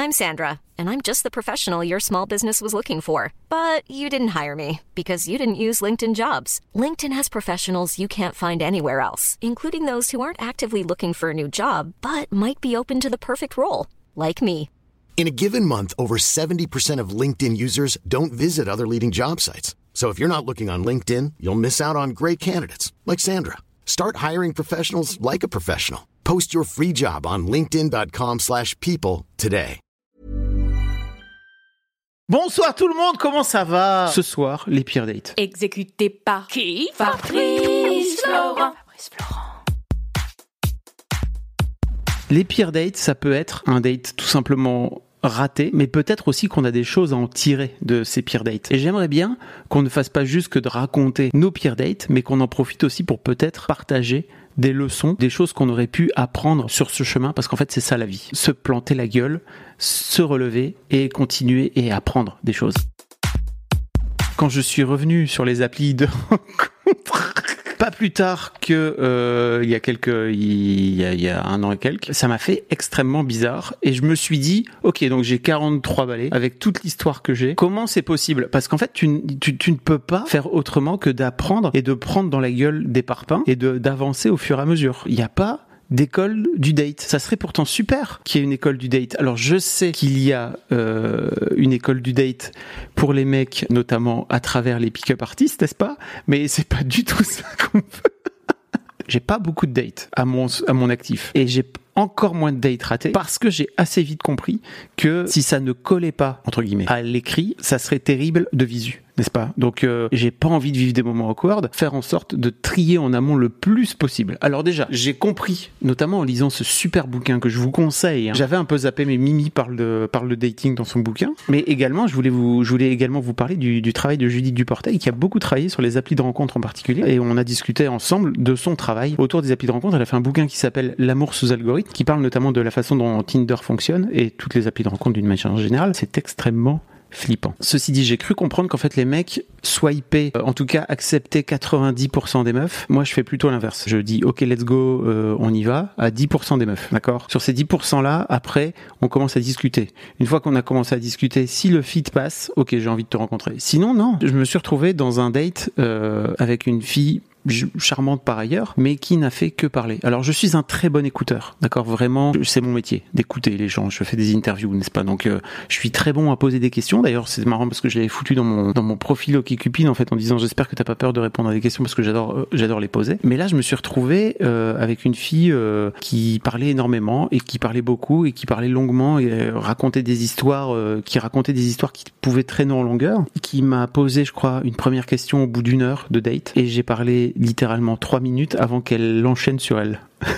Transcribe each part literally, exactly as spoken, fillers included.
I'm Sandra, and I'm just the professional your small business was looking for. But you didn't hire me because you didn't use LinkedIn Jobs. LinkedIn has professionals you can't find anywhere else, including those who aren't actively looking for a new job, but might be open to the perfect role, like me. In a given month, over seventy percent of LinkedIn users don't visit other leading job sites. So if you're not looking on LinkedIn, you'll miss out on great candidates like Sandra. Start hiring professionals like a professional. Post your free job on linkedin.com slash people today. Bonsoir tout le monde, comment ça va? Ce soir, les pires dates. Exécuté par qui? Fabrice Florent. Fabrice Florent. Les pires dates, ça peut être un date tout simplement raté, mais peut-être aussi qu'on a des choses à en tirer de ces pires dates. Et j'aimerais bien qu'on ne fasse pas juste que de raconter nos pires dates, mais qu'on en profite aussi pour peut-être partager des leçons, des choses qu'on aurait pu apprendre sur ce chemin, parce qu'en fait c'est ça la vie. Se planter la gueule, se relever et continuer et apprendre des choses. Quand je suis revenu sur les applis de rencontres, pas plus tard que euh, il y a quelques, il y a, il y a un an et quelques, ça m'a fait extrêmement bizarre et je me suis dit, ok, donc j'ai quarante-trois balais avec toute l'histoire que j'ai. Comment c'est possible? Parce qu'en fait, tu, tu, tu ne peux pas faire autrement que d'apprendre et de prendre dans la gueule des parpaings et de d'avancer au fur et à mesure. Il n'y a pas d'école du date. Ça serait pourtant super qu'il y ait une école du date. Alors je sais qu'il y a euh, une école du date pour les mecs, notamment à travers les pick-up artistes, n'est-ce pas? Mais c'est pas du tout ça qu'on veut. J'ai pas beaucoup de dates à mon, à mon actif. Et j'ai encore moins de dates ratés parce que j'ai assez vite compris que si ça ne collait pas, entre guillemets, à l'écrit, ça serait terrible de visu, n'est-ce pas? Donc euh, j'ai pas envie de vivre des moments awkward, faire en sorte de trier en amont le plus possible. Alors déjà, j'ai compris, notamment en lisant ce super bouquin que je vous conseille, hein. J'avais un peu zappé, mais Mimi parle de, parle de dating dans son bouquin, mais également, je voulais vous, je voulais également vous parler du, du travail de Judith Duportail, qui a beaucoup travaillé sur les applis de rencontre en particulier, et on a discuté ensemble de son travail autour des applis de rencontre. Elle a fait un bouquin qui s'appelle L'amour sous algorithme, qui parle notamment de la façon dont Tinder fonctionne et toutes les applis de rencontre d'une manière générale. C'est extrêmement flippant. Ceci dit, j'ai cru comprendre qu'en fait les mecs swipaient, euh, en tout cas acceptaient quatre-vingt-dix pour cent des meufs. Moi je fais plutôt l'inverse. Je dis ok let's go, euh, on y va, à dix pour cent des meufs, d'accord? Sur ces dix pour cent là, après on commence à discuter. Une fois qu'on a commencé à discuter, si le fit passe, ok j'ai envie de te rencontrer. Sinon non, je me suis retrouvé dans un date euh, avec une fille charmante par ailleurs, mais qui n'a fait que parler. Alors je suis un très bon écouteur, d'accord, vraiment, c'est mon métier d'écouter les gens. Je fais des interviews, n'est-ce pas? Donc euh, je suis très bon à poser des questions. D'ailleurs c'est marrant parce que je l'avais foutu dans mon dans mon profil OkCupid en fait en disant j'espère que t'as pas peur de répondre à des questions parce que j'adore euh, j'adore les poser. Mais là je me suis retrouvé euh, avec une fille euh, qui parlait énormément et qui parlait beaucoup et qui parlait longuement et euh, racontait des histoires, euh, qui racontait des histoires qui pouvaient traîner en longueur. Qui m'a posé, je crois, une première question au bout d'une heure de date et j'ai parlé littéralement trois minutes avant qu'elle l'enchaîne sur elle.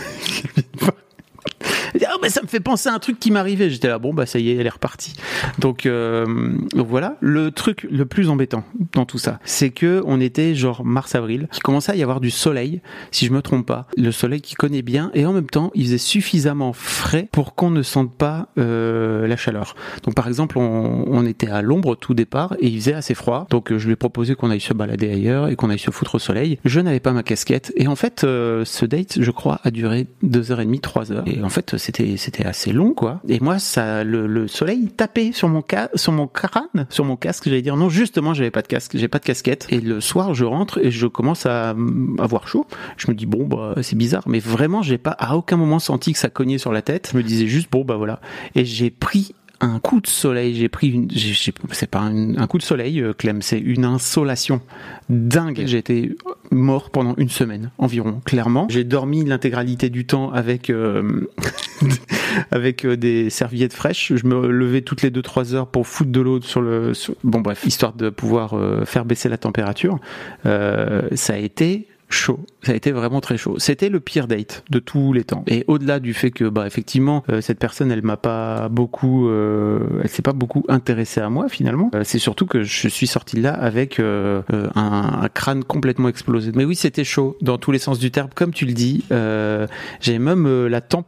Ah bah ça me fait penser à un truc qui m'arrivait. J'étais là, bon bah ça y est, elle est repartie. Donc, euh, donc voilà, le truc le plus embêtant dans tout ça, c'est que on était genre mars-avril, qu'il commençait à y avoir du soleil, si je me trompe pas, le soleil qui connaît bien, et en même temps il faisait suffisamment frais pour qu'on ne sente pas euh, la chaleur. Donc par exemple, on, on était à l'ombre au tout départ et il faisait assez froid, donc euh, je lui ai proposé qu'on aille se balader ailleurs et qu'on aille se foutre au soleil. Je n'avais pas ma casquette et en fait euh, ce date, je crois, a duré deux heures et demie, trois heures. Et en fait c'était c'était assez long quoi. Et moi ça le, le soleil tapait sur mon ca- sur mon crâne, sur mon casque, j'allais dire non, justement, j'avais pas de casque, j'ai pas de casquette et le soir, je rentre et je commence à avoir chaud. Je me dis bon bah c'est bizarre, mais vraiment j'ai pas à aucun moment senti que ça cognait sur la tête. Je me disais juste bon bah voilà. Et j'ai pris un coup de soleil, j'ai pris une, j'ai, j'ai, c'est pas un, un coup de soleil, euh, Clem, c'est une insolation dingue. J'ai été mort pendant une semaine environ, clairement. J'ai dormi l'intégralité du temps avec euh, avec euh, des serviettes fraîches. Je me levais toutes les deux trois heures pour foutre de l'eau sur le, sur... bon bref, histoire de pouvoir euh, faire baisser la température. Euh, ça a été chaud, ça a été vraiment très chaud. C'était le pire date de tous les temps. Et au-delà du fait que, bah, effectivement, euh, cette personne, elle m'a pas beaucoup, euh, elle s'est pas beaucoup intéressée à moi finalement. Euh, c'est surtout que je suis sorti de là avec euh, euh, un, un crâne complètement explosé. Mais oui, c'était chaud dans tous les sens du terme, comme tu le dis. Euh, j'ai même euh, la tempe.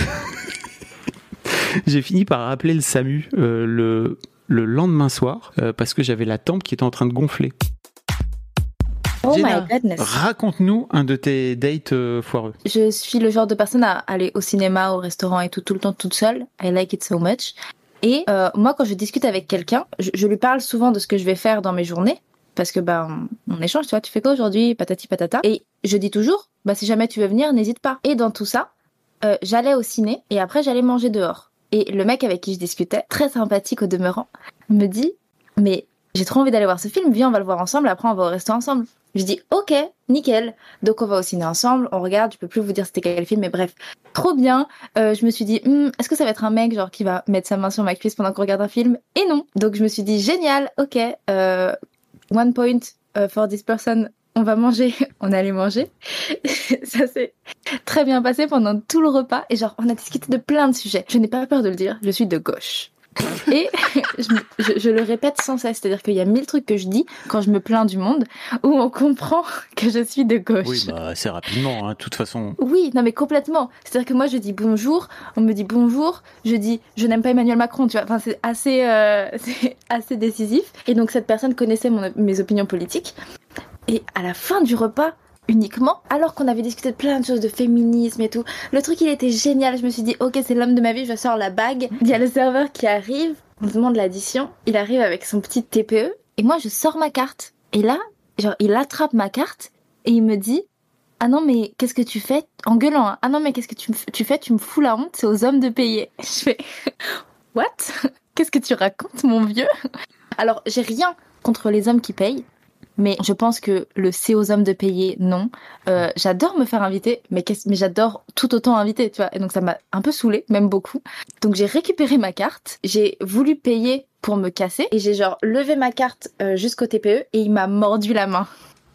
J'ai fini par appeler le SAMU euh, le le lendemain soir euh, parce que j'avais la tempe qui était en train de gonfler. Oh Jenna, my goodness. Raconte-nous un de tes dates euh, foireux. Je suis le genre de personne à aller au cinéma, au restaurant et tout, tout le temps toute seule. I like it so much. Et euh, moi, quand je discute avec quelqu'un, je, je lui parle souvent de ce que je vais faire dans mes journées. Parce que bah on, on échange, tu vois, tu fais quoi aujourd'hui, patati patata. Et je dis toujours, bah si jamais tu veux venir, n'hésite pas. Et dans tout ça, euh, j'allais au ciné et après j'allais manger dehors. Et le mec avec qui je discutais, très sympathique au demeurant, me dit, mais j'ai trop envie d'aller voir ce film, viens on va le voir ensemble, après on va au resto ensemble. Je dis ok, nickel. Donc on va au ciné ensemble, on regarde, je peux plus vous dire c'était quel film, mais bref, trop bien. Euh, je me suis dit, hm, est-ce que ça va être un mec genre qui va mettre sa main sur ma cuisse pendant qu'on regarde un film? Et non. Donc je me suis dit génial, ok. Euh, One point uh, for this person, on va manger, on allait manger. Ça s'est très bien passé pendant tout le repas et genre on a discuté de plein de sujets. Je n'ai pas peur de le dire, je suis de gauche. Et je, je, je le répète sans cesse, c'est-à-dire qu'il y a mille trucs que je dis quand je me plains du monde où on comprend que je suis de gauche. Oui, bah assez rapidement, hein, de toute façon. Oui, non mais complètement. C'est-à-dire que moi je dis bonjour, on me dit bonjour, je dis je n'aime pas Emmanuel Macron, tu vois. Enfin c'est assez, euh, c'est assez décisif. Et donc cette personne connaissait mon, mes opinions politiques. Et à la fin du repas, uniquement, alors qu'on avait discuté de plein de choses, de féminisme et tout, le truc il était génial. Je me suis dit ok c'est l'homme de ma vie, je sors la bague. Il y a le serveur qui arrive, on demande l'addition, il arrive avec son petit T P E et moi je sors ma carte. Et là, genre il attrape ma carte et il me dit ah non mais qu'est-ce que tu fais en gueulant hein. Ah non mais qu'est-ce que tu, me, tu fais, tu me fous la honte, c'est aux hommes de payer. Je fais what? Qu'est-ce que tu racontes mon vieux? Alors j'ai rien contre les hommes qui payent. Mais je pense que le c'est aux hommes de payer, non. Euh, j'adore me faire inviter, mais, mais j'adore tout autant inviter, tu vois. Et donc ça m'a un peu saoulée, même beaucoup. Donc j'ai récupéré ma carte, j'ai voulu payer pour me casser, et j'ai genre levé ma carte euh, jusqu'au T P E, et il m'a mordu la main.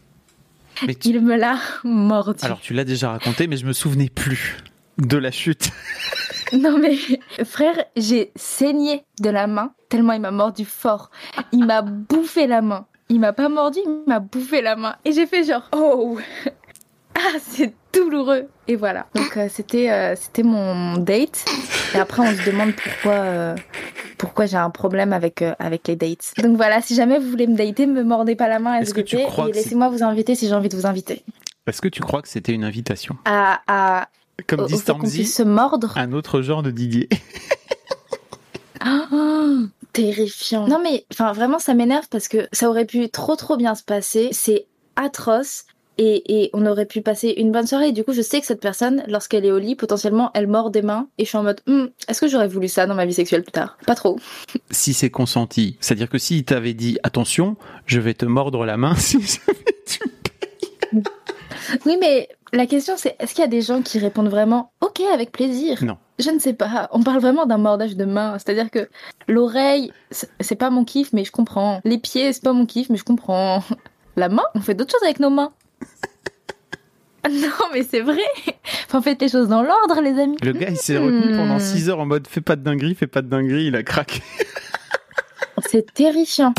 Mais tu... Il me l'a mordu. Alors tu l'as déjà raconté, mais je me souvenais plus de la chute. Non mais frère, j'ai saigné de la main, tellement il m'a mordu fort. Il m'a bouffé la main. Il m'a pas mordu, il m'a bouffé la main. Et j'ai fait genre, oh, ah, c'est douloureux. Et voilà. Donc, euh, c'était, euh, c'était mon date. Et après, on se demande pourquoi, euh, pourquoi j'ai un problème avec, euh, avec les dates. Donc voilà, si jamais vous voulez me dater, me mordez pas la main, S V P, et laissez-moi vous inviter si j'ai envie de vous inviter. Est-ce que tu crois que c'était une invitation? À, à, Comme au, dit Stormzy, se mordre. Un autre genre de Didier. Oh, terrifiant. Non mais, enfin vraiment ça m'énerve parce que ça aurait pu trop trop bien se passer. C'est atroce et, et on aurait pu passer une bonne soirée. Et du coup je sais que cette personne, lorsqu'elle est au lit, potentiellement elle mord des mains et je suis en mode, hm, est-ce que j'aurais voulu ça dans ma vie sexuelle plus tard? Pas trop. Si c'est consenti, c'est-à-dire que s'il t'avait dit attention, je vais te mordre la main si jamais tu payes. Oui mais la question c'est, est-ce qu'il y a des gens qui répondent vraiment ok avec plaisir? Non. Je ne sais pas, on parle vraiment d'un mordage de main, c'est-à-dire que l'oreille, c'est pas mon kiff, mais je comprends. Les pieds, c'est pas mon kiff, mais je comprends. La main, on fait d'autres choses avec nos mains. Non, mais c'est vrai. Enfin, faites les choses dans l'ordre, les amis. Le gars, il s'est retenu pendant six heures en mode fais pas de dinguerie, fais pas de dinguerie, il a craqué. C'est terrifiant.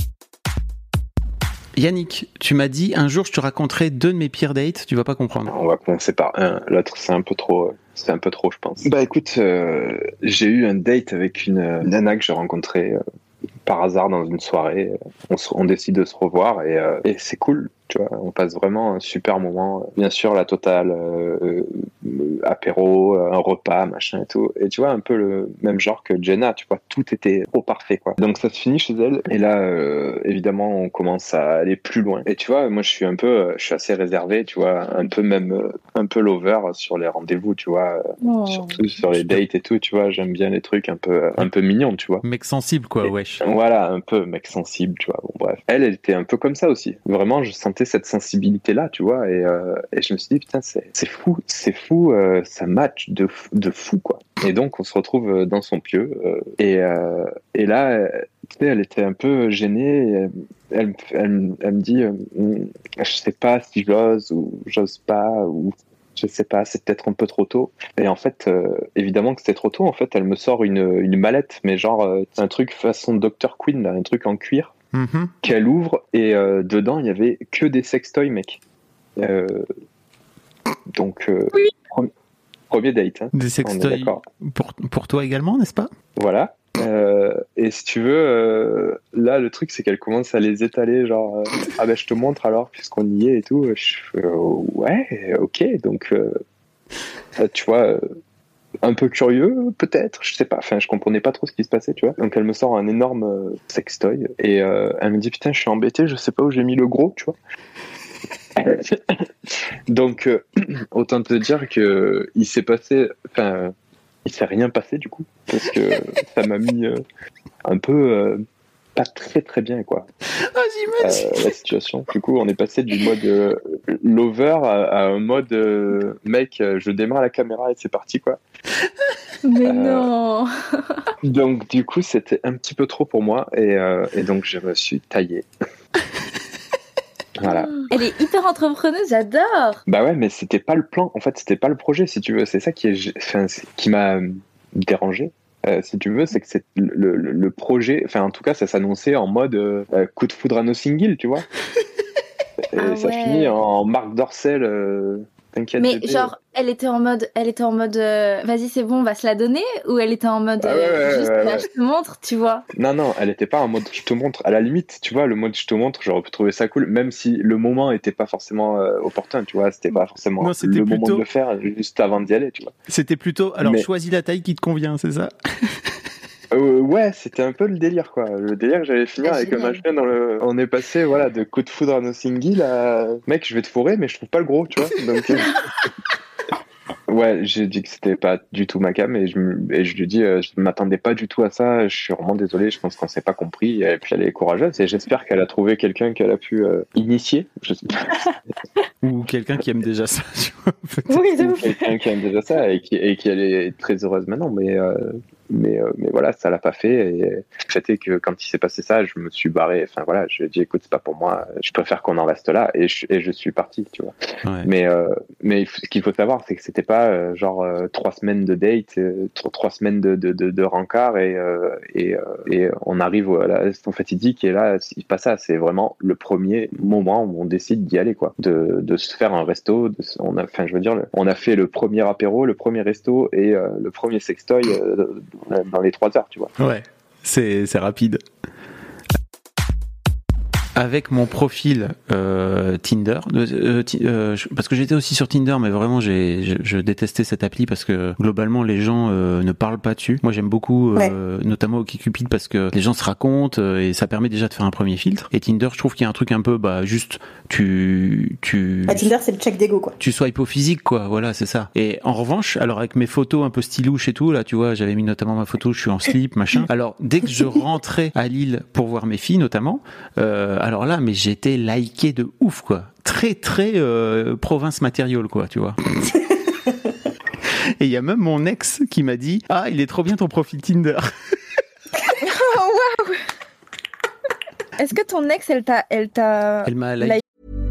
Yannick, tu m'as dit un jour je te raconterai deux de mes pires dates, tu vas pas comprendre. On va commencer par un, l'autre c'est un peu trop, c'est un peu trop je pense. Bah écoute, euh, j'ai eu un date avec une, une nana que j'ai rencontrée euh, par hasard dans une soirée. On, se, on décide de se revoir et, euh, et c'est cool. Tu vois, on passe vraiment un super moment. Bien sûr, la totale, euh, apéro, un repas, machin et tout. Et tu vois, un peu le même genre que Jenna, tu vois, tout était trop parfait, quoi. Donc ça se finit chez elle. Et là, euh, évidemment, on commence à aller plus loin. Et tu vois, moi, je suis un peu, je suis assez réservé, tu vois, un peu même, un peu lover sur les rendez-vous, tu vois, oh. Surtout sur les dates et tout, tu vois, j'aime bien les trucs un peu, un peu mignons, tu vois. Mec sensible, quoi, et, wesh. Voilà, un peu mec sensible, tu vois. Bon, bref. Elle, elle était un peu comme ça aussi. Vraiment, je sentais cette sensibilité là, tu vois, et, euh, et je me suis dit putain c'est c'est fou, c'est fou, euh, ça match de de fou quoi. Et donc on se retrouve dans son pieu euh, et euh, et là tu sais elle était un peu gênée, elle elle, elle, elle me dit euh, je sais pas si j'ose ou j'ose pas ou je sais pas, c'est peut-être un peu trop tôt. Et en fait, euh, évidemment que c'était trop tôt. En fait, elle me sort une une mallette, mais genre euh, un truc façon docteur Queen, là, un truc en cuir. Mmh. Qu'elle ouvre et euh, dedans il y avait que des sextoys mec euh, donc euh, oui. premier, premier date hein, des sextoys pour, pour toi également n'est-ce pas? Voilà euh, et si tu veux euh, là le truc c'est qu'elle commence à les étaler genre euh, ah ben je te montre alors puisqu'on y est et tout je, euh, ouais ok donc euh, tu vois euh, un peu curieux, peut-être, je sais pas. Enfin, je comprenais pas trop ce qui se passait, tu vois. Donc, elle me sort un énorme euh, sextoy et euh, elle me dit putain, je suis embêté, je sais pas où j'ai mis le gros, tu vois. Donc, euh, autant te dire que il s'est passé, enfin, il s'est rien passé du coup, parce que ça m'a mis euh, un peu euh, pas très très bien quoi. Ah, j'imagine. Euh, la situation. Du coup, on est passé du mode euh, lover à, à un mode euh, mec, je démarre la caméra et c'est parti quoi. Mais Euh, non. Donc du coup, c'était un petit peu trop pour moi et, euh, et donc je me suis taillé. Voilà. Elle est hyper entrepreneuse, j'adore. Bah ouais, mais c'était pas le plan. En fait, c'était pas le projet, si tu veux. C'est ça qui est, enfin, c'est- qui m'a dérangé. Euh, si tu veux, c'est que c'est le, le, le projet. Enfin, en tout cas, ça s'annonçait en mode euh, coup de foudre à Notting Hill, tu vois. Et Ah ça ouais. finit en Marc Dorcel. Euh, T'inquiète. Mais bébé. genre, elle était en mode, elle était en mode, euh, vas-y c'est bon, on va se la donner, ou elle était en mode, Ah ouais, euh, ouais, juste, ouais, là, ouais. je te montre, tu vois. Non, non, elle était pas en mode je te montre. À la limite, tu vois, le mode je te montre, j'aurais pu trouver ça cool, même si le moment était pas forcément euh, opportun, tu vois. C'était pas forcément Non, c'était le moment plutôt- de le faire, juste avant d'y aller, tu vois. C'était plutôt, alors Mais- choisis la taille qui te convient, c'est ça? Euh, ouais, c'était un peu le délire, quoi. Le délire que j'allais finir Ah, avec génial. un machin dans le. On est passé, voilà, de coup de foudre à Notting Hill à. Mec, je vais te fourrer, mais je trouve pas le gros, tu vois. Donc. euh, Ouais, j'ai dit que c'était pas du tout ma cam et je, me- et je lui dis, euh, je m'attendais pas du tout à ça. Je suis vraiment désolé. Je pense qu'on s'est pas compris. Et puis elle est courageuse et j'espère qu'elle a trouvé quelqu'un qu'elle a pu euh, initier. Je sais pas. Ou quelqu'un qui aime déjà ça, tu vois. peut-être. Oui, de Ou ouf. quelqu'un qui aime déjà ça et qui, et qui elle est très heureuse maintenant. Mais, euh, mais, euh, mais voilà, ça l'a pas fait. Et le fait est que quand il s'est passé ça, je me suis barré. Enfin voilà, je lui ai dit, écoute, c'est pas pour moi. Je préfère qu'on en reste là. Et je, et je suis parti, tu vois. Ouais. Mais, euh, mais ce qu'il faut savoir, c'est que c'était pas euh, genre euh, trois semaines de date, euh, trois, trois semaines de, de, de, de rencard et, euh, et, euh, et on arrive à la saison fatidique et là, c'est pas ça. C'est vraiment le premier moment où on décide d'y aller, quoi. De, de se faire un resto. De, se- on a, enfin, je veux dire, le- on a fait le premier apéro, le premier resto et euh, le premier sextoy euh, dans les trois heures, tu vois. Ouais, c'est, c'est rapide. Avec mon profil euh, Tinder, euh, ti- euh, je- parce que j'étais aussi sur Tinder, mais vraiment j'ai, je, je détestais cette appli parce que globalement les gens euh, ne parlent pas dessus. Moi j'aime beaucoup, euh, notamment OkCupid parce que les gens se racontent euh, et ça permet déjà de faire un premier filtre. Et Tinder, je trouve qu'il y a un truc un peu, bah juste tu tu Bah, Tinder, c'est le check d'ego, quoi. tu swipes au physique, quoi, voilà, c'est ça. Et en revanche, alors avec mes photos un peu stylouches et tout, là, tu vois, j'avais mis notamment ma photo, je suis en slip, machin. Alors, dès que je rentrais à Lille pour voir mes filles, notamment, euh, alors là, mais j'étais liké de ouf, quoi. Très, très euh, province matérielle, quoi, tu vois. Et il y a même mon ex qui m'a dit, ah, il est trop bien ton profil Tinder. Est-ce que ton ex, elle t'a, elle t'a, Elle m'a liké? liké.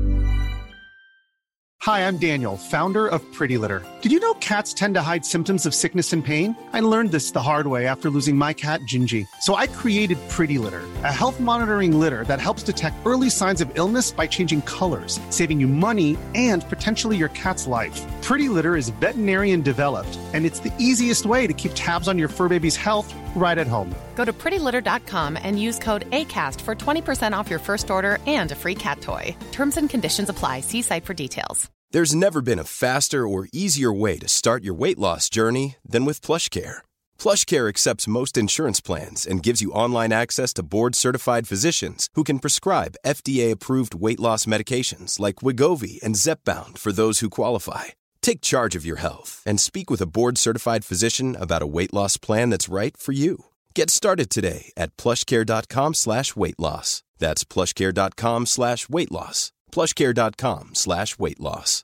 Hi, I'm Daniel, founder of Pretty Litter. Did you know cats tend to hide symptoms of sickness and pain? I learned this the hard way after losing my cat, Gingy. So I created Pretty Litter, a health monitoring litter that helps detect early signs of illness by changing colors, saving you money and potentially your cat's life. Pretty Litter is veterinarian developed, and it's the easiest way to keep tabs on your fur baby's health right at home. Go to pretty litter dot com and use code ACAST for twenty percent off your first order and a free cat toy. Terms and conditions apply. See site for details. There's never been a faster or easier way to start your weight loss journey than with PlushCare. PlushCare accepts most insurance plans and gives you online access to board-certified physicians who can prescribe F D A-approved weight loss medications like Wegovy and Zepbound for those who qualify. Take charge of your health and speak with a board-certified physician about a weight loss plan that's right for you. Get started today at plushcare.com slash weight loss. That's plushcare.com slash weight loss. plushcare.com slash weight loss.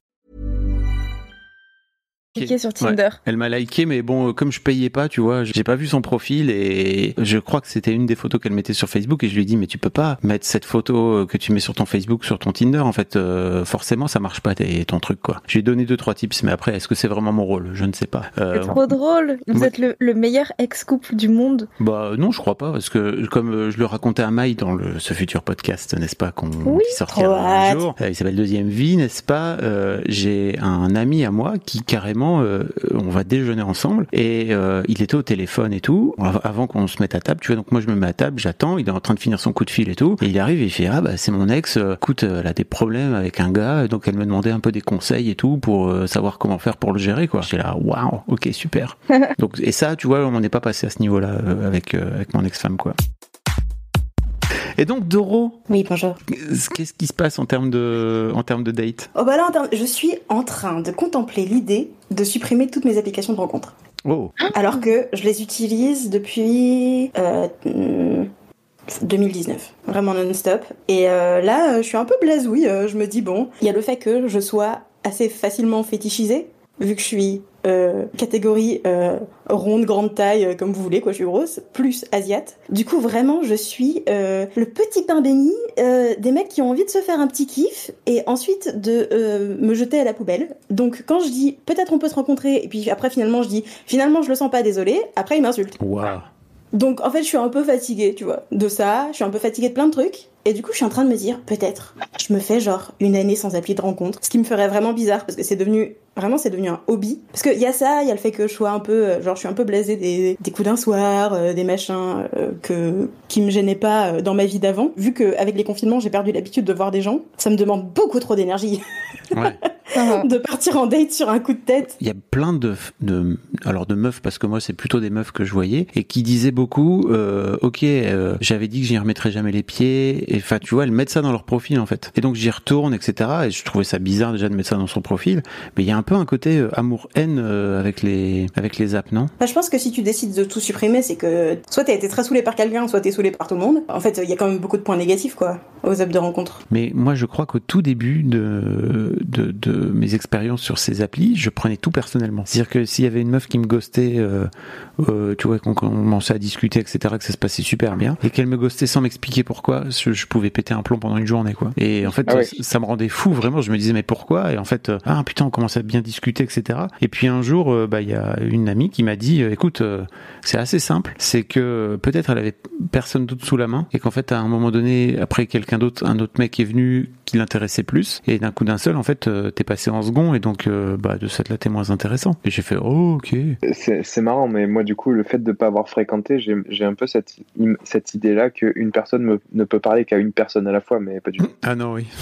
Liké sur Tinder. Ouais. Elle m'a liké, mais bon, euh, comme je payais pas, tu vois, j'ai pas vu son profil et je crois que c'était une des photos qu'elle mettait sur Facebook et je lui ai dit, mais tu peux pas mettre cette photo que tu mets sur ton Facebook, sur ton Tinder, en fait, euh, forcément, ça marche pas tes- ton truc, quoi. J'ai donné deux, trois tips, mais après, est-ce que c'est vraiment mon rôle? Je ne sais pas. Euh, C'est trop drôle. Vous ouais. êtes le, le meilleur ex-couple du monde. Bah non, je crois pas, parce que comme euh, je le racontais à Maï dans le, ce futur podcast, n'est-ce pas, qu'on Oui, qui sortira trop un hâte. jour, euh, il s'appelle Deuxième Vie, n'est-ce pas, euh, j'ai un ami à moi qui carrément moment, euh, on va déjeuner ensemble et euh, il était au téléphone et tout avant qu'on se mette à table. Tu vois, donc moi je me mets à table, j'attends, il est en train de finir son coup de fil et tout. Et il arrive et il fait ah bah c'est mon ex. Euh, écoute, elle a des problèmes avec un gars, donc elle me demandait un peu des conseils et tout pour euh, savoir comment faire pour le gérer quoi. J'étais là waouh, ok super. Donc et ça, tu vois, on n'est pas passé à ce niveau-là euh, avec euh, avec mon ex-femme quoi. Et donc Doro, oui bonjour. Qu'est-ce qui se passe en termes de en termes de date? Oh bah là, en termes, je suis en train de contempler l'idée de supprimer toutes mes applications de rencontres. Oh. Alors que je les utilise depuis euh, deux mille dix-neuf, vraiment non-stop. Et euh, là, je suis un peu blasouille. Je me dis bon, il y a le fait que je sois assez facilement fétichisée, vu que je suis euh, catégorie euh, ronde, grande taille, euh, comme vous voulez, quoi, je suis grosse, plus asiate. Du coup, vraiment, je suis euh, le petit pain béni euh, des mecs qui ont envie de se faire un petit kiff et ensuite de euh, me jeter à la poubelle. Donc, quand je dis peut-être on peut se rencontrer, et puis après, finalement, je dis finalement, je le sens pas, désolé, après, ils m'insultent. Waouh. Donc, en fait, je suis un peu fatiguée, tu vois, de ça. Je suis un peu fatiguée de plein de trucs. Et du coup, je suis en train de me dire, peut-être, je me fais genre une année sans appli de rencontre. Ce qui me ferait vraiment bizarre, parce que c'est devenu, vraiment, c'est devenu un hobby. Parce qu'il y a ça, il y a le fait que je sois un peu, genre, je suis un peu blasée des, des coups d'un soir, euh, des machins euh, que, qui me gênaient pas euh, dans ma vie d'avant. Vu qu'avec les confinements, j'ai perdu l'habitude de voir des gens, ça me demande beaucoup trop d'énergie. Ouais. De partir en date sur un coup de tête. Il y a plein de, de alors de meufs, parce que moi c'est plutôt des meufs que je voyais, et qui disaient beaucoup euh, ok euh, j'avais dit que j'y remettrais jamais les pieds, et enfin tu vois, elles mettent ça dans leur profil en fait, et donc j'y retourne, etc. Et je trouvais ça bizarre déjà de mettre ça dans son profil, mais il y a un peu un côté euh, amour-haine euh, avec les avec les apps, non? Bah, je pense que si tu décides de tout supprimer, c'est que soit t'as été très saoulé par quelqu'un, soit t'es saoulé par tout le monde. En fait, il y a quand même beaucoup de points négatifs quoi aux apps de rencontre. Mais moi je crois qu'au tout début de de, de mes expériences sur ces applis, je prenais tout personnellement. C'est-à-dire que s'il y avait une meuf qui me ghostait, euh, euh, tu vois, qu'on commençait à discuter, et cetera, que ça se passait super bien, et qu'elle me ghostait sans m'expliquer pourquoi, je, je pouvais péter un plomb pendant une journée, quoi. Et en fait, ah ouais. ça, ça me rendait fou, vraiment. Je me disais, mais pourquoi? Et en fait, euh, ah putain, on commençait à bien discuter, et cetera. Et puis un jour, euh, bah, il y a une amie qui m'a dit, euh, écoute, euh, c'est assez simple, c'est que peut-être elle avait personne d'autre sous la main, et qu'en fait, à un moment donné, après quelqu'un d'autre, un autre mec est venu qui l'intéressait plus, et d'un coup d'un seul, en fait, euh, t'es passé en second, et donc euh, bah, de cette là t'es moins intéressant. Et j'ai fait oh ok. C'est, c'est marrant, mais moi du coup le fait de pas avoir fréquenté, j'ai, j'ai un peu cette, cette idée là qu'une personne me, ne peut parler qu'à une personne à la fois, mais pas du tout. Ah non oui.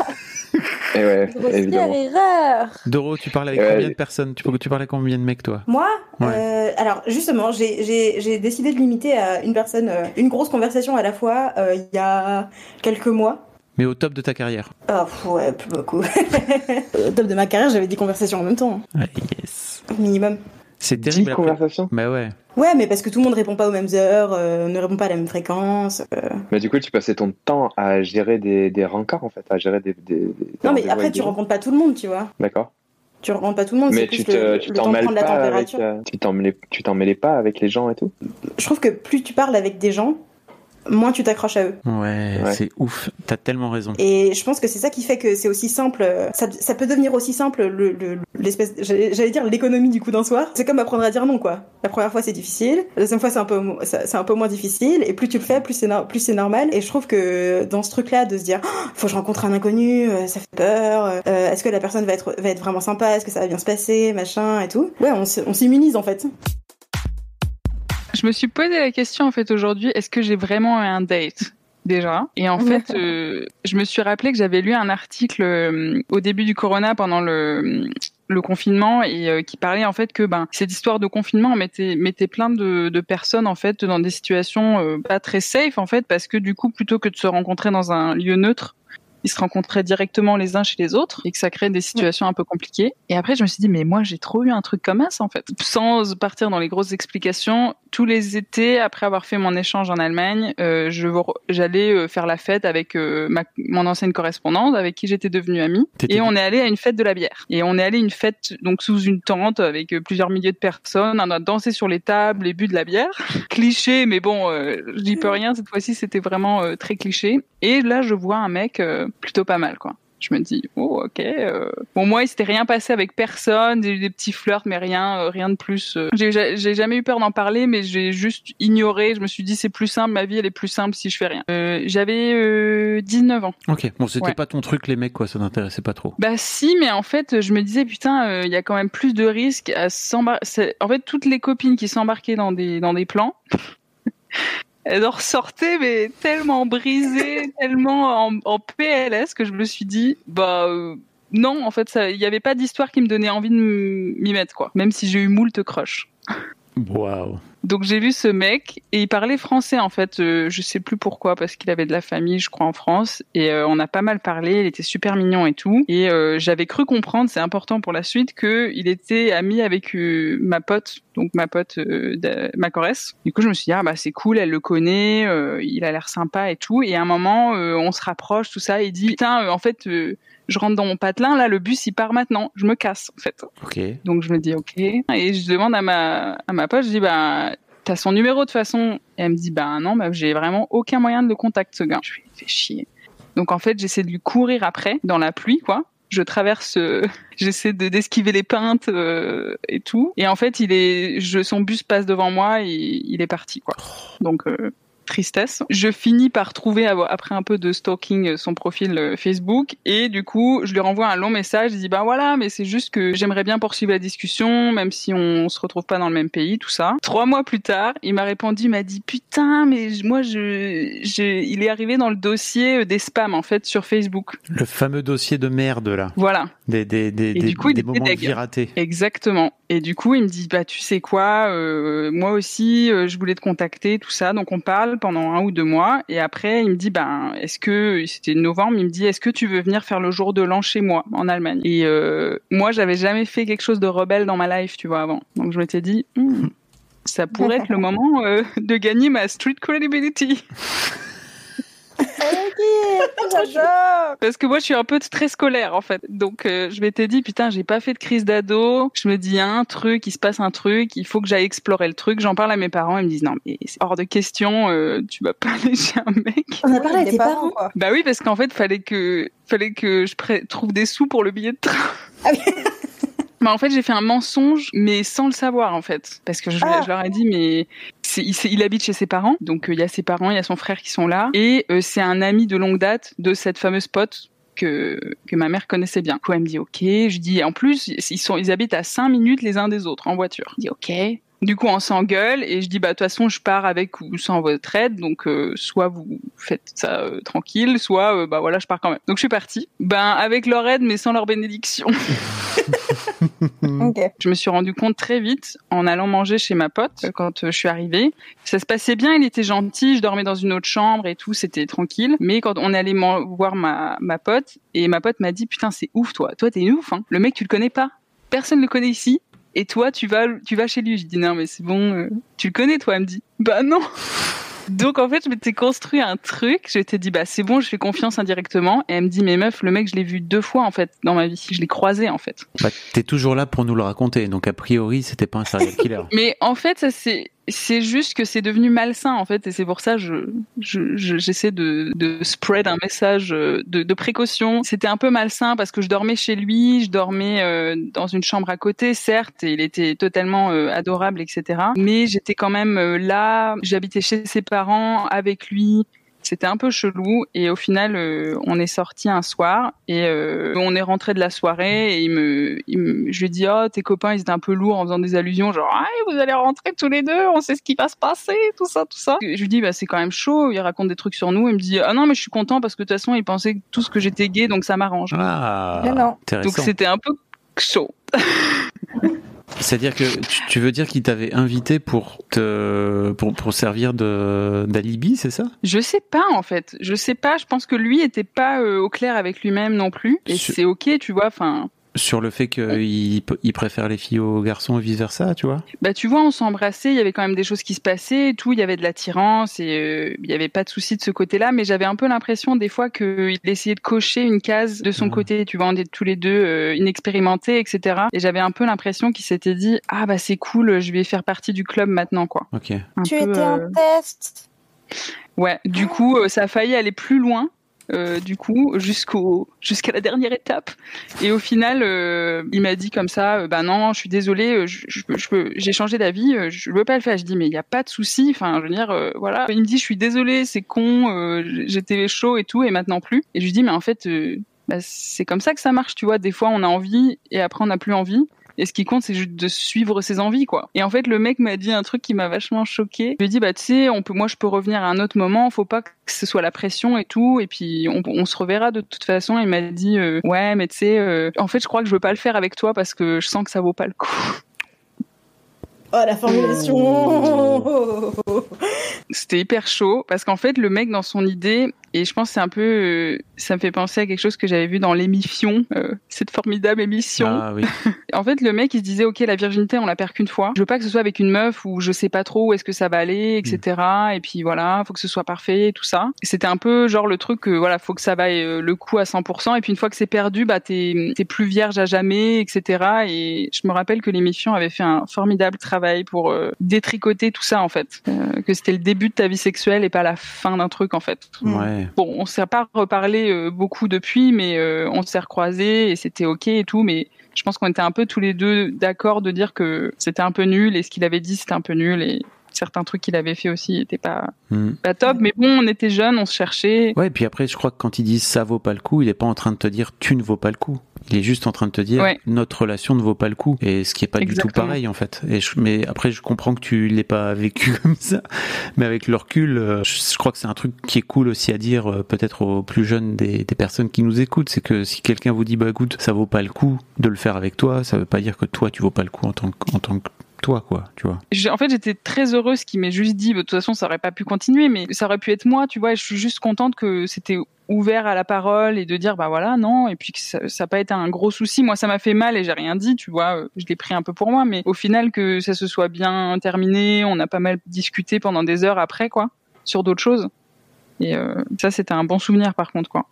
Et ouais, évidemment. Erreur. Doro, tu parles avec ouais, combien de personnes? Tu, tu parles avec combien de mecs toi? Moi ouais. euh, alors justement j'ai, j'ai, j'ai décidé de limiter à une personne, euh, une grosse conversation à la fois il euh, y a quelques mois. Mais au top de ta carrière? Oh, ouais, plus beaucoup. Au top de ma carrière, j'avais dix conversations en même temps. Ah, yes. Minimum. C'est terrible. dix conversations? Bah ouais. Ouais, mais parce que tout le monde répond pas aux mêmes heures, euh, ne répond pas à la même fréquence. Euh... Mais du coup, tu passais ton temps à gérer des, des rencarts, en fait, à gérer des... des, des non, mais après, tu rencontres pas tout le monde, tu vois. D'accord. Tu rencontres pas tout le monde, mais c'est tu plus te, le, tu le t'en temps de prendre la pas température. Avec, euh, tu, t'en mêlais, tu t'en mêlais pas avec les gens et tout? Je trouve que plus tu parles avec des gens, moins tu t'accroches à eux. Ouais, ouais, c'est ouf. T'as tellement raison. Et je pense que c'est ça qui fait que c'est aussi simple. Ça, ça peut devenir aussi simple, le, le, l'espèce, j'allais, j'allais dire l'économie du coup d'un soir. C'est comme apprendre à dire non, quoi. La première fois c'est difficile, la deuxième fois c'est un peu, c'est un peu moins difficile, et plus tu le fais, plus c'est, plus c'est normal. Et je trouve que dans ce truc-là, de se dire, oh, faut que je rencontre un inconnu, ça fait peur. Euh, est-ce que la personne va être, va être vraiment sympa? Est-ce que ça va bien se passer, machin et tout. Ouais, on, on s'immunise en fait. Je me suis posé la question en fait aujourd'hui, est-ce que j'ai vraiment un date déjà? Et en fait, euh, je me suis rappelé que j'avais lu un article euh, au début du corona pendant le le confinement et euh, qui parlait en fait que ben cette histoire de confinement mettait mettait plein de de personnes en fait dans des situations euh, pas très safe en fait, parce que du coup plutôt que de se rencontrer dans un lieu neutre, ils se rencontraient directement les uns chez les autres et que ça crée des situations un peu compliquées. Et après, je me suis dit, mais moi, j'ai trop eu un truc comme ça, en fait. Sans partir dans les grosses explications, tous les étés, après avoir fait mon échange en Allemagne, euh, je, j'allais faire la fête avec euh, ma, mon ancienne correspondante, avec qui j'étais devenue amie. T'étais... Et on est allé à une fête de la bière. Et on est allé à une fête, donc, sous une tente avec plusieurs milliers de personnes. On a dansé sur les tables et bu de la bière. Cliché, mais bon, euh, j'y peux rien. Cette fois-ci, c'était vraiment euh, très cliché. Et là, je vois un mec... Euh, plutôt pas mal, quoi. Je me dis, oh, ok. Euh... Bon, moi, il s'était rien passé avec personne, j'ai eu des petits flirts, mais rien, euh, rien de plus. Euh... J'ai, j'ai jamais eu peur d'en parler, mais j'ai juste ignoré. Je me suis dit, c'est plus simple, ma vie, elle est plus simple si je fais rien. Euh, j'avais euh, dix-neuf ans. Ok, bon, c'était ouais. pas ton truc, les mecs, quoi, ça t'intéressait pas trop. Bah si, mais en fait, je me disais, putain, il euh, y a quand même plus de risques à s'embarquer. En fait, toutes les copines qui s'embarquaient dans des, dans des plans... elles en ressortaient mais tellement brisées, tellement en, en P L S que je me suis dit bah euh, non en fait il y avait pas d'histoire qui me donnait envie de m'y mettre quoi, même si j'ai eu moult crush. Waouh. Donc j'ai vu ce mec et il parlait français en fait, euh, je sais plus pourquoi parce qu'il avait de la famille je crois en France et euh, on a pas mal parlé, il était super mignon et tout et euh, j'avais cru comprendre, c'est important pour la suite, que il était ami avec euh, ma pote, donc ma pote euh, de, ma choresse. Du coup je me suis dit ah bah c'est cool, elle le connaît, euh, il a l'air sympa et tout et à un moment euh, on se rapproche tout ça et il dit putain euh, en fait euh, je rentre dans mon patelin, là, le bus, il part maintenant. Je me casse, en fait. Ok. Donc, je me dis, ok. Et je demande à ma, à ma pote, je dis, bah, t'as son numéro, de toute façon. Et elle me dit, bah, non, bah, j'ai vraiment aucun moyen de le contacter, ce gars. Je lui fais chier. Donc, en fait, j'essaie de lui courir après, dans la pluie, quoi. Je traverse, euh, j'essaie de, d'esquiver les pintes, euh, et tout. Et en fait, il est, je, son bus passe devant moi et il est parti, quoi. Donc, euh, tristesse. Je finis par trouver, après un peu de stalking, son profil Facebook et du coup, je lui renvoie un long message. Je dis bah voilà, mais c'est juste que j'aimerais bien poursuivre la discussion, même si on se retrouve pas dans le même pays, tout ça. Trois mois plus tard, il m'a répondu, il m'a dit putain, mais moi, je, je, il est arrivé dans le dossier des spams en fait sur Facebook. Le fameux dossier de merde là. Voilà. Des des des et des, du coup, des il moments était de vie ratés. Exactement. Et du coup, il me dit bah tu sais quoi, euh, moi aussi, euh, je voulais te contacter, tout ça. Donc on parle pendant un ou deux mois et après il me dit ben est-ce que c'était novembre, il me dit est-ce que tu veux venir faire le jour de l'an chez moi en Allemagne. Et euh, moi j'avais jamais fait quelque chose de rebelle dans ma life tu vois avant, donc je m'étais dit hm, ça pourrait être le moment euh, de gagner ma street credibility. Parce que moi je suis un peu très scolaire en fait, donc euh, je m'étais dit putain j'ai pas fait de crise d'ado, je me dis il y a un truc, il se passe un truc, il faut que j'aille explorer le truc. J'en parle à mes parents, ils me disent non mais c'est hors de question, euh, tu vas pas aller chez un mec. On a parlé à tes parents quoi. Bah oui parce qu'en fait fallait que fallait que je pré- trouve des sous pour le billet de train. Ah oui. Bah en fait j'ai fait un mensonge mais sans le savoir en fait parce que je, ah. je leur ai dit mais c'est, il, c'est, il habite chez ses parents, donc il euh, y a ses parents, il y a son frère qui sont là et euh, c'est un ami de longue date de cette fameuse pote que que ma mère connaissait bien. Du coup elle me dit ok, je dis en plus ils sont ils habitent à cinq minutes les uns des autres en voiture. Je dis ok. Du coup, on s'engueule et je dis bah de toute façon, je pars avec ou sans votre aide, donc euh, soit vous faites ça euh, tranquille, soit euh, bah voilà, je pars quand même. Donc je suis partie, ben avec leur aide mais sans leur bénédiction. Okay. Je me suis rendu compte très vite en allant manger chez ma pote quand euh, je suis arrivée. Ça se passait bien, il était gentil, je dormais dans une autre chambre et tout, c'était tranquille. Mais quand on allait man- voir ma ma pote et ma pote m'a dit putain c'est ouf toi, toi t'es ouf hein. Le mec tu le connais pas, personne le connaît ici. Et toi, tu vas, tu vas chez lui. Je dis non, mais c'est bon, euh, tu le connais, toi. Elle me dit bah non. Donc en fait, je m'étais construit un truc. Je m'étais dit bah c'est bon, je fais confiance indirectement. Et elle me dit mais meuf, le mec, je l'ai vu deux fois en fait dans ma vie. Je l'ai croisé en fait. Bah t'es toujours là pour nous le raconter. Donc a priori, c'était pas un serial killer. Mais en fait, ça c'est. C'est juste que c'est devenu malsain en fait et c'est pour ça je, je, je j'essaie de, de spread un message de, de précaution. C'était un peu malsain parce que je dormais chez lui, je dormais euh, dans une chambre à côté certes et il était totalement euh, adorable et cetera. Mais j'étais quand même euh, là, j'habitais chez ses parents avec lui. C'était un peu chelou et au final euh, on est sortis un soir et euh, on est rentré de la soirée et il me, il me je lui ai dit oh tes copains ils étaient un peu lourds en faisant des allusions genre ah vous allez rentrer tous les deux, on sait ce qui va se passer, tout ça tout ça. Je lui dis bah c'est quand même chaud, il raconte des trucs sur nous, il me dit ah non mais je suis content parce que de toute façon il pensait que tout ce que j'étais gay donc ça m'arrange. Ah mais non. Intéressant. Donc c'était un peu chaud. C'est-à-dire que tu veux dire qu'il t'avait invité pour te pour pour servir de d'alibi, c'est ça? Je sais pas en fait, je sais pas. Je pense que lui était pas euh, au clair avec lui-même non plus, et Sur... c'est ok, tu vois. Enfin. Sur le fait qu'il il préfère les filles aux garçons et vice versa, tu vois? Bah tu vois, on s'embrassait, il y avait quand même des choses qui se passaient, et tout, il y avait de l'attirance et euh, il y avait pas de souci de ce côté-là, mais j'avais un peu l'impression des fois qu'il essayait de cocher une case de son mmh. côté, tu vois, on est tous les deux euh, inexpérimentés, et cetera. Et j'avais un peu l'impression qu'il s'était dit ah bah c'est cool, je vais faire partie du club maintenant quoi. Ok. Un tu peu, étais euh... un test. Ouais. Du coup, euh, ça a failli aller plus loin. euh, du coup, jusqu'au jusqu'à la dernière étape. Et au final, euh, il m'a dit comme ça, euh, bah non, je suis désolée, je, je, je peux, j'ai changé d'avis, je veux pas le faire. Je dis mais il y a pas de souci. Enfin, je veux dire, euh, voilà. Il me dit je suis désolée, c'est con, euh, j'étais chaud et tout, et maintenant plus. Et je lui dis mais en fait, euh, bah, c'est comme ça que ça marche, tu vois. Des fois, on a envie et après on n'a plus envie. Et ce qui compte, c'est juste de suivre ses envies, quoi. Et en fait, le mec m'a dit un truc qui m'a vachement choquée. Je lui ai dit, bah, tu sais, on peut, moi, je peux revenir à un autre moment. Faut pas que ce soit la pression et tout. Et puis, on, on se reverra de toute façon. Il m'a dit, euh, ouais, mais tu sais, euh, en fait, je crois que je veux pas le faire avec toi parce que je sens que ça vaut pas le coup. Oh, la formulation! Oh. C'était hyper chaud parce qu'en fait, le mec, dans son idée, et je pense que c'est un peu, euh, ça me fait penser à quelque chose que j'avais vu dans l'émission, euh, cette formidable émission. Ah oui. En fait, le mec, il se disait, ok, la virginité, on la perd qu'une fois. Je veux pas que ce soit avec une meuf où je sais pas trop où est-ce que ça va aller, et cetera. Mm. Et puis voilà, faut que ce soit parfait, et tout ça. Et c'était un peu genre le truc que voilà, faut que ça vaille euh, le coup à cent pour cent. Et puis une fois que c'est perdu, bah t'es t'es plus vierge à jamais, et cetera. Et je me rappelle que l'émission avait fait un formidable travail pour euh, détricoter tout ça en fait, euh, que c'était le début de ta vie sexuelle et pas la fin d'un truc en fait. Ouais. Bon, on s'est pas reparlé euh, beaucoup depuis, mais euh, on s'est recroisés et c'était ok et tout, mais je pense qu'on était un peu tous les deux d'accord de dire que c'était un peu nul et ce qu'il avait dit c'était un peu nul et certains trucs qu'il avait fait aussi étaient pas mm. pas top, mais bon, on était jeunes, on se cherchait. Ouais, et puis après, je crois que quand il dit ça vaut pas le coup, il est pas en train de te dire tu ne vaux pas le coup. Il est juste en train de te dire ouais. notre relation ne vaut pas le coup, et ce qui est pas Exactement. Du tout pareil en fait. Et je, mais après, je comprends que tu l'aies pas vécu comme ça, mais avec le recul, euh, je, je crois que c'est un truc qui est cool aussi à dire, euh, peut-être aux plus jeunes des, des personnes qui nous écoutent, c'est que si quelqu'un vous dit bah écoute, ça vaut pas le coup de le faire avec toi, ça veut pas dire que toi tu vaux pas le coup en tant que, en tant que toi, quoi, tu vois. En fait, j'étais très heureuse qu'il m'ait juste dit, de toute façon, ça aurait pas pu continuer, mais ça aurait pu être moi, tu vois, et je suis juste contente que c'était ouvert à la parole et de dire, bah voilà, non, et puis que ça n'a pas été un gros souci. Moi, ça m'a fait mal et j'ai rien dit, tu vois, je l'ai pris un peu pour moi, mais au final, que ça se soit bien terminé, on a pas mal discuté pendant des heures après, quoi, sur d'autres choses. Et euh, ça, c'était un bon souvenir, par contre, quoi.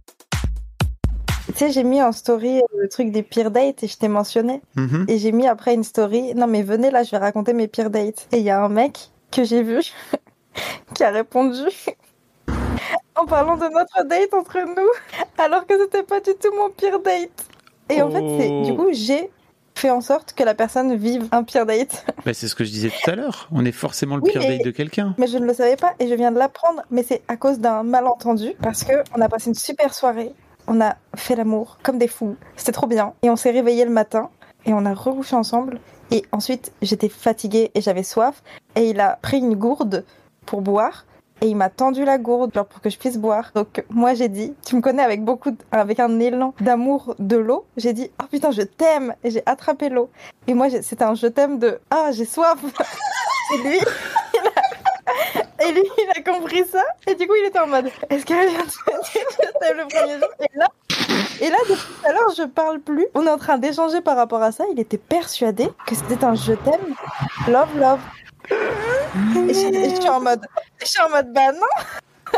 Tu sais, j'ai mis en story le truc des pires dates et je t'ai mentionné. Mm-hmm. Et j'ai mis après une story. Non, mais venez là, je vais raconter mes pires dates. Et il y a un mec que j'ai vu qui a répondu en parlant de notre date entre nous, alors que c'était pas du tout mon pire date. Et oh. en fait, c'est du coup, j'ai fait en sorte que la personne vive un pire date. Bah, c'est ce que je disais tout à l'heure. On est forcément le oui, pire mais, date de quelqu'un. Mais je ne le savais pas et je viens de l'apprendre. Mais c'est à cause d'un malentendu parce que on a passé une super soirée. On a fait l'amour comme des fous. C'était trop bien. Et on s'est réveillés le matin et on a recouché ensemble. Et ensuite, j'étais fatiguée et j'avais soif. Et il a pris une gourde pour boire. Et il m'a tendu la gourde genre pour que je puisse boire. Donc moi, j'ai dit, tu me connais avec beaucoup, de, avec un élan d'amour de l'eau. J'ai dit, oh putain, je t'aime. Et j'ai attrapé l'eau. Et moi, c'était un je t'aime de, ah, oh, j'ai soif. Et lui, il a... Et lui, il a compris ça. Et du coup, il était en mode, est-ce qu'elle vient de te dire je t'aime le premier jour? Et là, et là, depuis tout à l'heure, je parle plus. On est en train d'échanger par rapport à ça. Il était persuadé que c'était un je t'aime, love, love. Et je, et je suis en mode, je suis en mode, bah non.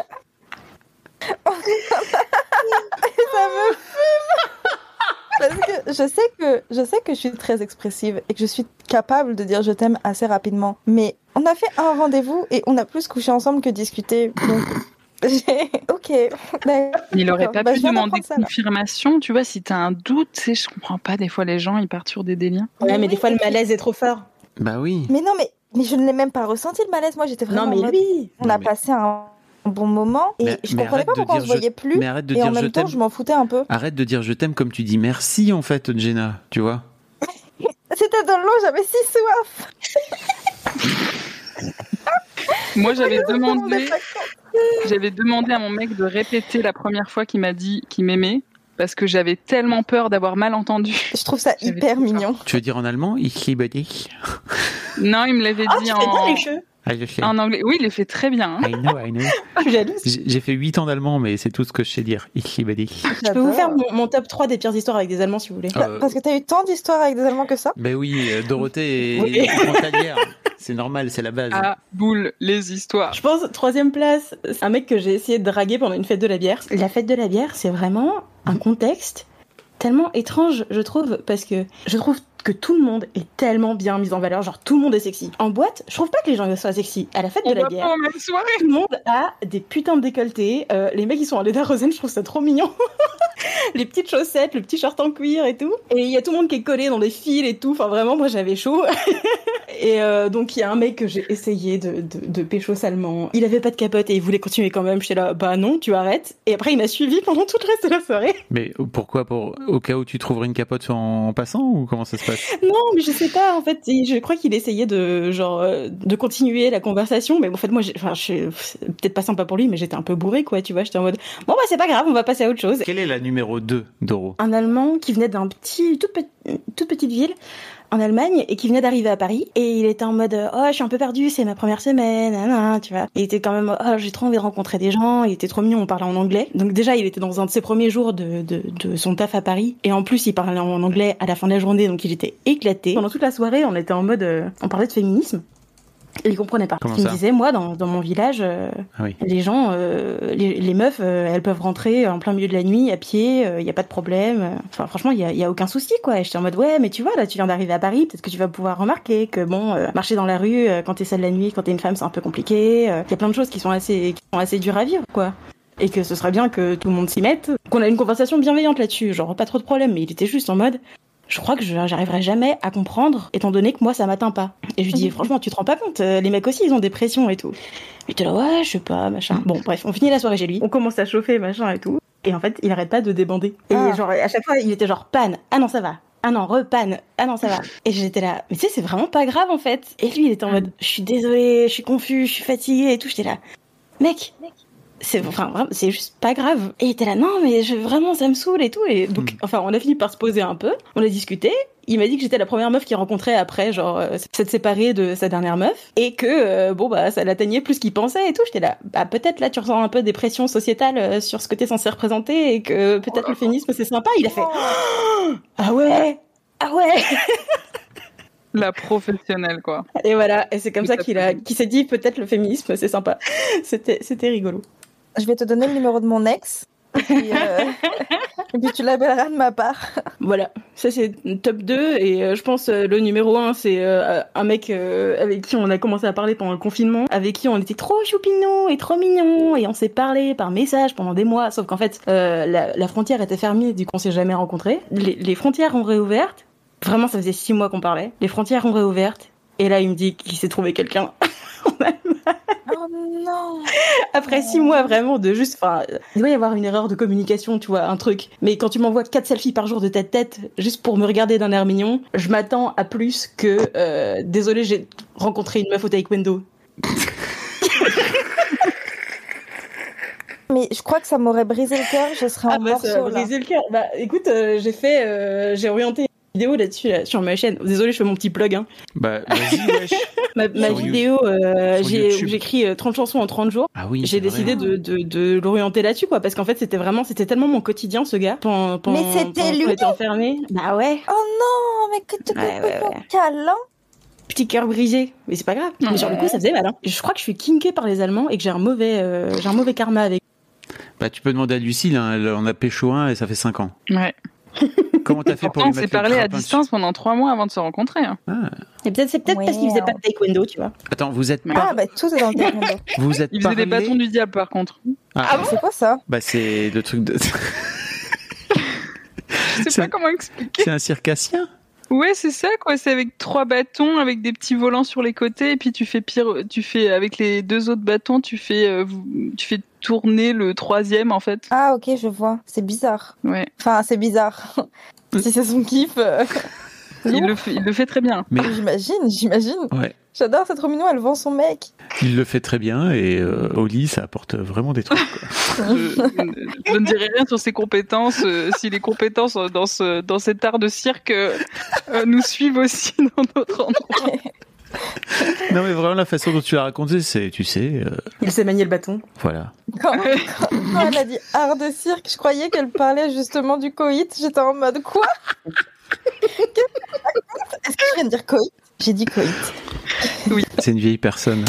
Et ça me fume. Parce que je sais que je sais que je suis très expressive et que je suis capable de dire je t'aime assez rapidement. Mais on a fait un rendez-vous et on a plus couché ensemble que discuté. Donc j'ai... ok. D'accord. Il aurait pas bah, pu demander ça, confirmation, tu vois, si t'as un doute. Tu sais, je comprends pas. Des fois, les gens ils partent sur des délires. Ouais, mais, mais des fois le malaise est trop fort. Bah oui. Mais non, mais mais je ne l'ai même pas ressenti le malaise. Moi, j'étais vraiment. Non, mais oui. On a passé un bon moment et mais, je comprenais pas pourquoi on se voyait je... plus. Mais arrête de et dire en même je temps, t'aime. je m'en foutais un peu. Arrête de dire je t'aime comme tu dis merci en fait, Jenna. Tu vois. C'était dans l'eau, j'avais si soif. Moi, j'avais demandé, j'avais demandé à mon mec de répéter la première fois qu'il m'a dit qu'il m'aimait. Parce que j'avais tellement peur d'avoir mal entendu. Je trouve ça j'avais hyper mignon. Tu veux dire en allemand? Ich liebe dich. Non, il me l'avait ah, dit tu en... fais bien les cheveux. Ah, je sais. En anglais. Oui, il les fait très bien. I know, I know. Je suis jalouse. J'ai, j'ai fait huit ans d'allemand, mais c'est tout ce que je sais dire. Ich liebe dich. Je peux vous faire mon, mon top trois des pires histoires avec des Allemands, si vous voulez. Euh... Parce que t'as eu tant d'histoires avec des Allemands que ça? Ben oui, euh, Dorothée et, oui. et frontalière. C'est normal, c'est la base. Ah, boule, les histoires. Je pense, troisième place, c'est un mec que j'ai essayé de draguer pendant une fête de la bière. La fête de la bière, c'est vraiment un contexte tellement étrange, je trouve, parce que je trouve que tout le monde est tellement bien mis en valeur, genre tout le monde est sexy. En boîte, je trouve pas que les gens soient sexy. À la fête On de la va bière, pas aux mêmes soirées. tout le monde a des putains de décolletés. Euh, les mecs, ils sont en lederhosen, je trouve ça trop mignon. Les petites chaussettes, le petit short en cuir et tout. Et il y a tout le monde qui est collé dans des fils et tout. Enfin, vraiment, moi, j'avais chaud. Et euh, donc, il y a un mec que j'ai essayé de, de, de pécho salement. Il avait pas de capote et il voulait continuer quand même. J'étais là, bah non, tu arrêtes. Et après, il m'a suivi pendant tout le reste de la soirée. Mais pourquoi pour, au cas où tu trouverais une capote en passant ou comment ça se passe? Non, mais je sais pas, en fait. Je crois qu'il essayait de, genre, de continuer la conversation. Mais en fait, moi, j'ai, enfin, je suis peut-être pas sympa pour lui, mais j'étais un peu bourrée, quoi, tu vois. J'étais en mode, bon, bah, c'est pas grave, on va passer à autre chose. Quelle est la numéro deux d'Oro? Un Allemand qui venait d'un petit, toute, pe- toute petite ville en Allemagne et qui venait d'arriver à Paris. Et il était en mode, oh, je suis un peu perdu, c'est ma première semaine, nanana, tu vois. Il était quand même, oh, j'ai trop envie de rencontrer des gens. Il était trop mignon, on parlait en anglais. Donc déjà, il était dans un de ses premiers jours de, de, de son taf à Paris. Et en plus, il parlait en anglais à la fin de la journée, donc il était éclaté. Pendant toute la soirée, on était en mode, euh, on parlait de féminisme. Et il comprenait pas. Comment il me ça disait, moi, dans, dans mon village, euh, Ah oui. les gens, euh, les, les meufs, euh, elles peuvent rentrer en plein milieu de la nuit, à pied, il euh, y a pas de problème. Enfin, franchement, il y a, y a aucun souci, quoi. Et j'étais en mode, ouais, mais tu vois, là, tu viens d'arriver à Paris, peut-être que tu vas pouvoir remarquer que, bon, euh, marcher dans la rue, euh, quand t'es seule la nuit, quand t'es une femme, c'est un peu compliqué. Il euh, y a plein de choses qui sont assez, qui sont assez dures à vivre, quoi. Et que ce serait bien que tout le monde s'y mette. Qu'on a une conversation bienveillante là-dessus, genre, pas trop de problème, mais il était juste en mode, je crois que j'arriverai jamais à comprendre, étant donné que moi, ça m'atteint pas. Et je lui dis, franchement, tu te rends pas compte, les mecs aussi, ils ont des pressions et tout. Il était là, ouais, je sais pas, machin. Bon, bref, on finit la soirée chez lui, on commence à chauffer, machin et tout. Et en fait, il arrête pas de débander. Et Ah. genre, à chaque fois, il était genre, panne, ah non, ça va. Ah non, repanne, ah non, ça va. Et j'étais là, mais tu sais, c'est vraiment pas grave, en fait. Et lui, il était en mode, je suis désolée, je suis confus, je suis fatiguée et tout. J'étais là, mec, c'est enfin vraiment, c'est juste pas grave. Et il était là, non mais je, vraiment ça me saoule et tout. Et donc, Mm. enfin, on a fini par se poser un peu. On a discuté. Il m'a dit que j'étais la première meuf qu'il rencontrait après, genre, euh, s'être séparé de sa dernière meuf. Et que, euh, bon, bah, ça l'atteignait plus qu'il pensait et tout. J'étais là, bah, peut-être là, tu ressens un peu des pressions sociétales euh, sur ce que t'es censé représenter et que peut-être le féminisme, c'est sympa. Il a fait, oh, ah ouais, ah ouais. La professionnelle, quoi. Et voilà. Et c'est comme Tout ça à qu'il a, fait. qu'il s'est dit, peut-être le féminisme, c'est sympa. C'était, c'était rigolo. Je vais te donner le numéro de mon ex. Et puis, euh, et puis tu l'appelleras de ma part. Voilà, ça c'est top deux et euh, je pense euh, le numéro un c'est euh, un mec euh, avec qui on a commencé à parler pendant le confinement, avec qui on était trop choupinou et trop mignon et on s'est parlé par message pendant des mois, sauf qu'en fait euh, la, la frontière était fermée, du coup on s'est jamais rencontrés. Les, les frontières ont réouvertes, vraiment ça faisait six mois qu'on parlait, les frontières ont réouvertes et là il me dit qu'il s'est trouvé quelqu'un. Oh non. Après six mois vraiment de juste, enfin, il doit y avoir une erreur de communication, tu vois, un truc. Mais quand tu m'envoies quatre selfies par jour de ta tête, juste pour me regarder d'un air mignon, je m'attends à plus que, euh, désolé, j'ai rencontré une meuf au taekwondo. Mais je crois que ça m'aurait brisé le cœur, je serais en Ah bah ça morceaux m'a là. brisé le cœur. Bah écoute, euh, j'ai fait, euh, j'ai orienté une vidéo là-dessus là, sur ma chaîne. Désolé, je fais mon petit plug. Hein. Bah, vas-y, wesh. Ma, ma Sur vidéo, euh, sur j'ai, YouTube. où j'écris euh, trente chansons en trente jours. Ah oui, J'ai c'est décidé vrai. de, de, de l'orienter là-dessus, quoi, parce qu'en fait, c'était vraiment, c'était tellement mon quotidien, ce gars. Pendant, pendant, Mais c'était pendant lui qu'on était enfermés. Bah ouais. Oh non, mais que tu Ouais, ouais, ouais. câlin. Petit cœur brisé, mais c'est pas grave. Mais sur le coup, ça faisait mal. Hein. Je crois que je suis kinkée par les Allemands et que j'ai un mauvais, euh, j'ai un mauvais karma avec. Bah, tu peux demander à Lucille, hein, elle en a pécho un et ça fait cinq ans. Ouais. Comment t'as fait pour Pourtant, lui on s'est mettre le parlé à crapin distance pendant trois mois avant de se rencontrer. Hein. dessus? Ah. Et peut-être, c'est peut-être Ouais. parce qu'il faisait pas de taekwondo, tu vois. Attends, vous êtes Ouais. pas, Ah bah tout est dans le taekwondo. vous êtes Il faisait des parlé- bâtons du diable, par contre. Ah, C'est quoi ça? bah c'est le truc de. Je sais C'est- pas comment expliquer. C'est un circassien. Ouais, c'est ça, quoi. C'est avec trois bâtons, avec des petits volants sur les côtés, et puis tu fais pire, tu fais avec les deux autres bâtons, tu fais, euh, vous- tu fais tourner le troisième, en fait. Ah ok, je vois. C'est bizarre. Ouais. Enfin, c'est bizarre. Si c'est son kiff. euh, Il lourd. le fait, il le fait très bien. Mais J'imagine, j'imagine. ouais, J'adore, c'est trop mignon, elle vend son mec. il le fait très bien et euh, au lit, ça apporte vraiment des trucs. Quoi. Je, je ne dirai rien sur ses compétences, euh, si les compétences dans ce, dans cet art de cirque euh, euh, nous suivent aussi dans notre endroit. Non, mais vraiment la façon dont tu l'as raconté, c'est, tu sais, euh, Il sait manier le bâton. voilà. Quand, quand- quand elle a dit art de cirque, je croyais qu'elle parlait justement du coït. J'étais en mode quoi? Est-ce que je viens de dire coït? J'ai dit coït. C'est une vieille personne.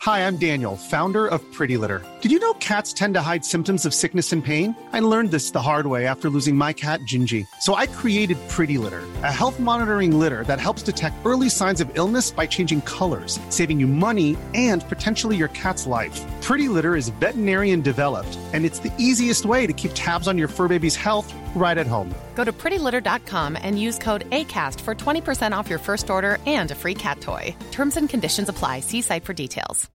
Hi, I'm Daniel, founder of Pretty Litter. Did you know cats tend to hide symptoms of sickness and pain? I learned this the hard way after losing my cat, Gingy. So I created Pretty Litter, a health monitoring litter that helps detect early signs of illness by changing colors, saving you money and potentially your cat's life. Pretty Litter is veterinarian developed, and it's the easiest way to keep tabs on your fur baby's health right at home. Go to pretty litter dot com and use code ACAST for twenty percent off your first order and a free cat toy. Terms and conditions apply. See site for details.